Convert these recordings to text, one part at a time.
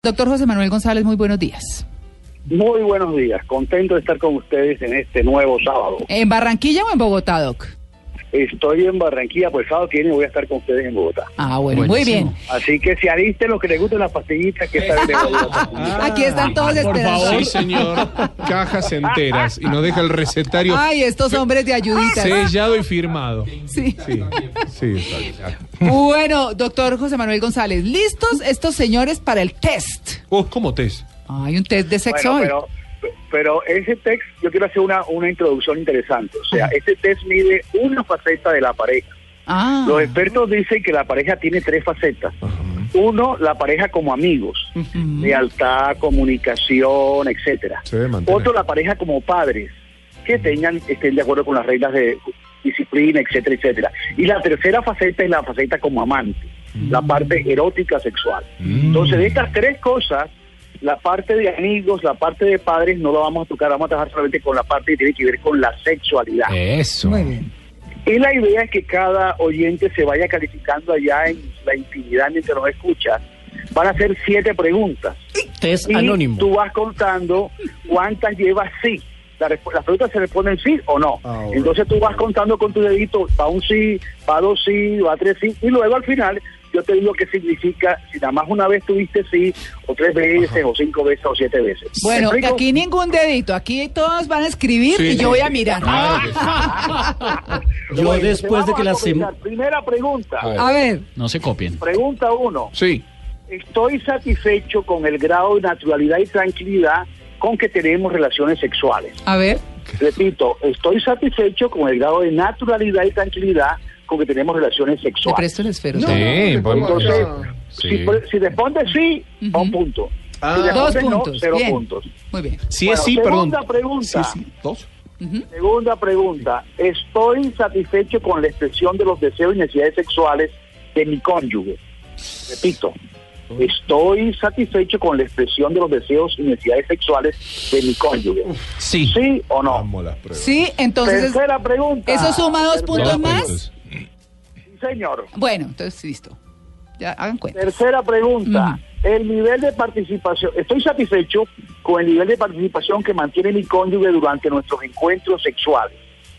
Doctor José Manuel González, muy buenos días. Muy buenos días, contento de estar con ustedes en este nuevo sábado. ¿En Barranquilla o en Bogotá, Doc? Estoy en Barranquilla, pues el sábado que viene voy a estar con ustedes en Bogotá. Ah, bueno, buenísimo. Muy bien. Así que si alisten los que les gusten las pastillitas, que están aquí están todos esperando. Por favor, sí, señor. Cajas enteras y nos deja el recetario. Ay, estos hombres de ayuditas. Sellado y firmado. Sí. Sí, exacto. Bueno, doctor José Manuel González, ¿listos estos señores para el test? ¿Cómo test? Hay un test de sexo hoy. Pero ese test, yo quiero hacer una introducción interesante. O sea, ese test mide una faceta de la pareja. Los expertos dicen que la pareja tiene tres facetas. Uno, la pareja como amigos, lealtad, comunicación, etcétera. Otro, la pareja como padres, que estén de acuerdo con las reglas de disciplina, etcétera, etcétera. Y la tercera faceta es la faceta como amante, la parte erótica sexual. Entonces, de estas tres cosas, la parte de amigos, la parte de padres, no lo vamos a tocar, vamos a trabajar solamente con la parte que tiene que ver con la sexualidad. Eso. Muy bien. Y la idea es que cada oyente se vaya calificando allá en la intimidad mientras nos escucha. Van a ser 7 preguntas. Test y anónimo. Tú vas contando cuántas llevas sí. Las preguntas se responden sí o no. Entonces tú vas contando con tu dedito, va un sí, va 2 sí, va 3 sí, y luego al final yo te digo qué significa si nada más una vez tuviste sí, o 3 veces, o 5 veces, o 7 veces. Bueno, aquí ningún dedito, aquí todos van a escribir y yo voy a mirar. Yo Bueno, después de que la primera pregunta. A ver. No se copien. Pregunta 1. Sí. Estoy satisfecho con el grado de naturalidad y tranquilidad con que tenemos relaciones sexuales. A ver. Repito, estoy satisfecho con el grado de naturalidad y tranquilidad con que tenemos relaciones Le sexuales. presto el esfero. Sí, Entonces, sí. si respondes sí, 1 punto. Si respondes 2 no, puntos. 0 Bien. puntos. Muy bien. Sí, Bueno, sí, perdón. segunda pregunta. Sí, 2. Segunda pregunta. Estoy satisfecho con la expresión de los deseos y necesidades sexuales de mi cónyuge. Repito. Estoy satisfecho con la expresión de los deseos y necesidades sexuales de mi cónyuge. Sí. ¿Sí o no? Vamos las pruebas. Sí, entonces. Tercera pregunta. ¿Eso suma 2 puntos Tercera más? puntos. Sí, señor. Bueno, entonces listo. Ya hagan cuenta. Tercera pregunta. El nivel de participación. Estoy satisfecho con el nivel de participación que mantiene mi cónyuge durante nuestros encuentros sexuales.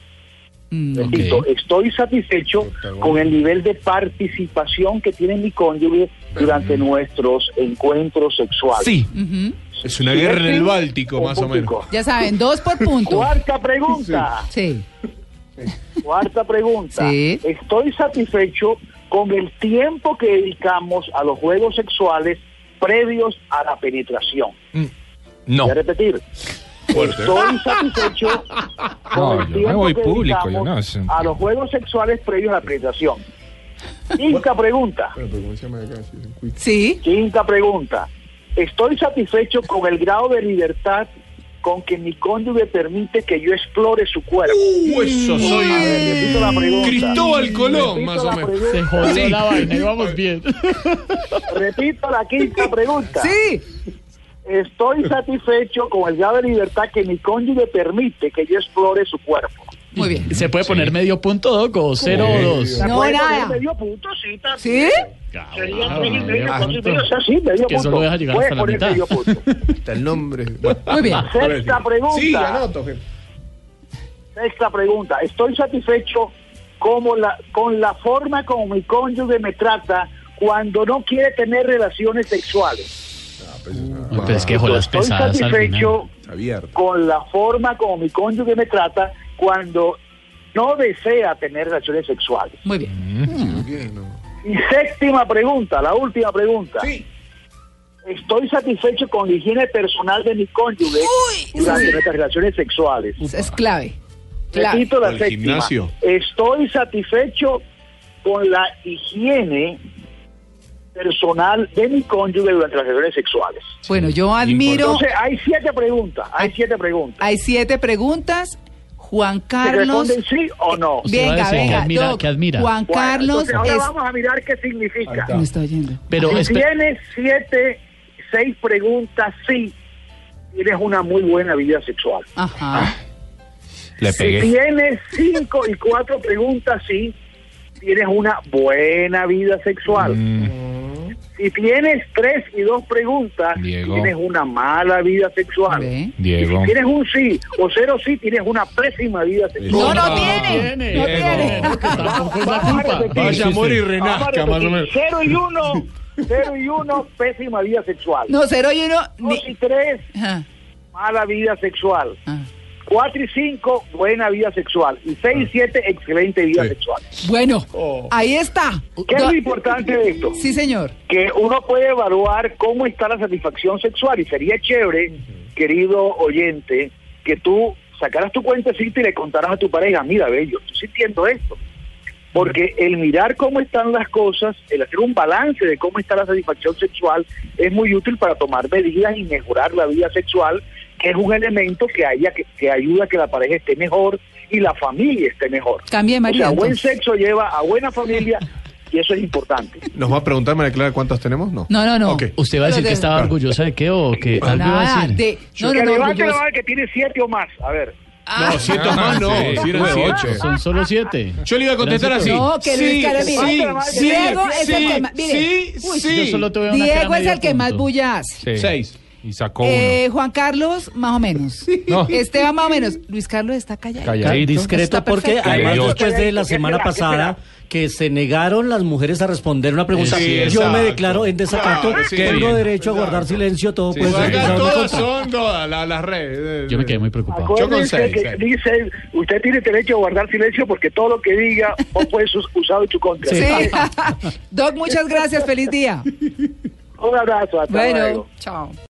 Repito, estoy satisfecho con el nivel de participación que tiene mi cónyuge durante nuestros encuentros sexuales. Sí. Es una guerra en el Sí, Báltico, un más o menos. puntico. Ya saben, 2 por punto. Cuarta pregunta. Sí. Cuarta pregunta. Sí. Estoy satisfecho con el tiempo que dedicamos a los juegos sexuales previos a la penetración. No. Voy a repetir. Fuerte. Estoy satisfecho con el yo me tiempo voy que público, yo dedicamos no, eso- a los juegos sexuales previos a la penetración. Quinta pregunta. Sí. Quinta pregunta. Estoy satisfecho con el grado de libertad con que mi cónyuge permite que yo explore su cuerpo. Eso soy. A ver, repito la pregunta. Cristóbal Colón, Repito más o la menos. pregunta. Se jodió Sí. la vaina y vamos bien. Repito la quinta pregunta. Sí. Estoy satisfecho con el grado de libertad que mi cónyuge permite que yo explore su cuerpo. Muy bien. ¿Se puede poner medio punto, Doc, o 0 o 2? No, Puede nada. poner medio punto, sí, también. ¿Sí? Sería 3 y medio, 4 y medio, o sea, sí, medio Que punto. solo deja llegar Puedes hasta la poner mitad. medio punto. Está el nombre. Muy bien. Sexta pregunta. Sí, anoto. Sexta pregunta. Estoy satisfecho con la forma como mi cónyuge me trata cuando no quiere tener relaciones sexuales. Pero es que jodas Estoy pesadas al final. satisfecho Abierto. con la forma como mi cónyuge me trata cuando no desea tener relaciones sexuales. Muy bien. Y séptima pregunta, la última pregunta. Sí. Estoy satisfecho con la higiene personal de mi cónyuge durante nuestras relaciones sexuales. Es clave. Clave. Repito la ¿Al séptima. gimnasio? Estoy satisfecho con la higiene personal de mi cónyuge durante las relaciones sexuales. Bueno, yo admiro. Entonces, hay 7 preguntas. Hay 7 preguntas. Hay 7 preguntas. Juan ¿Se responden responden sí o no? Usted va a Venga, decir que venga. admira, Doc, que admira. Juan Bueno, Carlos entonces ahora es. vamos a mirar qué significa. Me está oyendo. Pero Si tienes 6 preguntas sí, tienes una muy buena vida sexual. Ajá. Le Si pegué. tienes 5 y 4 preguntas sí, tienes una buena vida sexual. Si tienes 3 y 2 preguntas, Diego. tienes una mala vida sexual. ¿Ve? Diego. Y si tienes un sí o 0 sí, tienes una pésima vida sexual. No tiene. No tiene. Tampoco es la Vamos a culpa. repetir. Vaya amor y Vamos a renazca, repetir. más o menos. 0 y 1, 0 y 1, pésima vida sexual. No, 0 y 1. 2 y 3, mala vida sexual. 4 y 5, buena vida sexual. Y 6 y 7, excelente vida sexual. Bueno, ahí está. ¿Qué es lo importante de esto? Sí, señor. Que uno puede evaluar cómo está la satisfacción sexual. Y sería chévere, querido oyente, que tú sacaras tu cuentecita y le contaras a tu pareja, mira, ve, yo estoy sintiendo esto. Porque el mirar cómo están las cosas, el hacer un balance de cómo está la satisfacción sexual, es muy útil para tomar medidas y mejorar la vida sexual, que es un elemento que ayuda a que la pareja esté mejor y la familia esté mejor. Cambie de marido. O sea, buen entonces. sexo lleva a buena familia y eso es importante. ¿Nos va a preguntar, María Clara, cuántos tenemos? No. No. Ok. ¿Usted va a decir Pero que estaba orgullosa de qué o que algo iba a Nada, decir? Que levante la orgulloso. mano que tiene 7 o más. A ver. No, 7 más no. Sí, Si eran 7. Son solo 7. Yo le iba a contestar así. No, que Luis Carlos, mire. sí, Diego es el que más. sí, Mire. sí. Yo solo te veo una cara Diego es medio el que más punto. bulla hace. 6. Y sacó uno. Juan Carlos, más o menos. No. Esteban, más o menos. Luis Carlos está callado. Calladito. Discreto Está porque perfecto. además Callado. después de la ¿Qué semana será? ¿Qué pasada que se negaron las mujeres a responder una pregunta, Sí, yo exacto. me declaro en desacato, Claro, sí, tengo bien. derecho a guardar silencio, todo puede ser Acá utilizado en mi todas contra. son todas las redes. Yo me quedé muy preocupado. Acuérdense seis, que seis. dice, usted tiene derecho a guardar silencio porque todo lo que diga o puede ser usado en su contra. Sí. Doc, muchas gracias. Feliz día. Un abrazo. Hasta Bueno, luego. chao.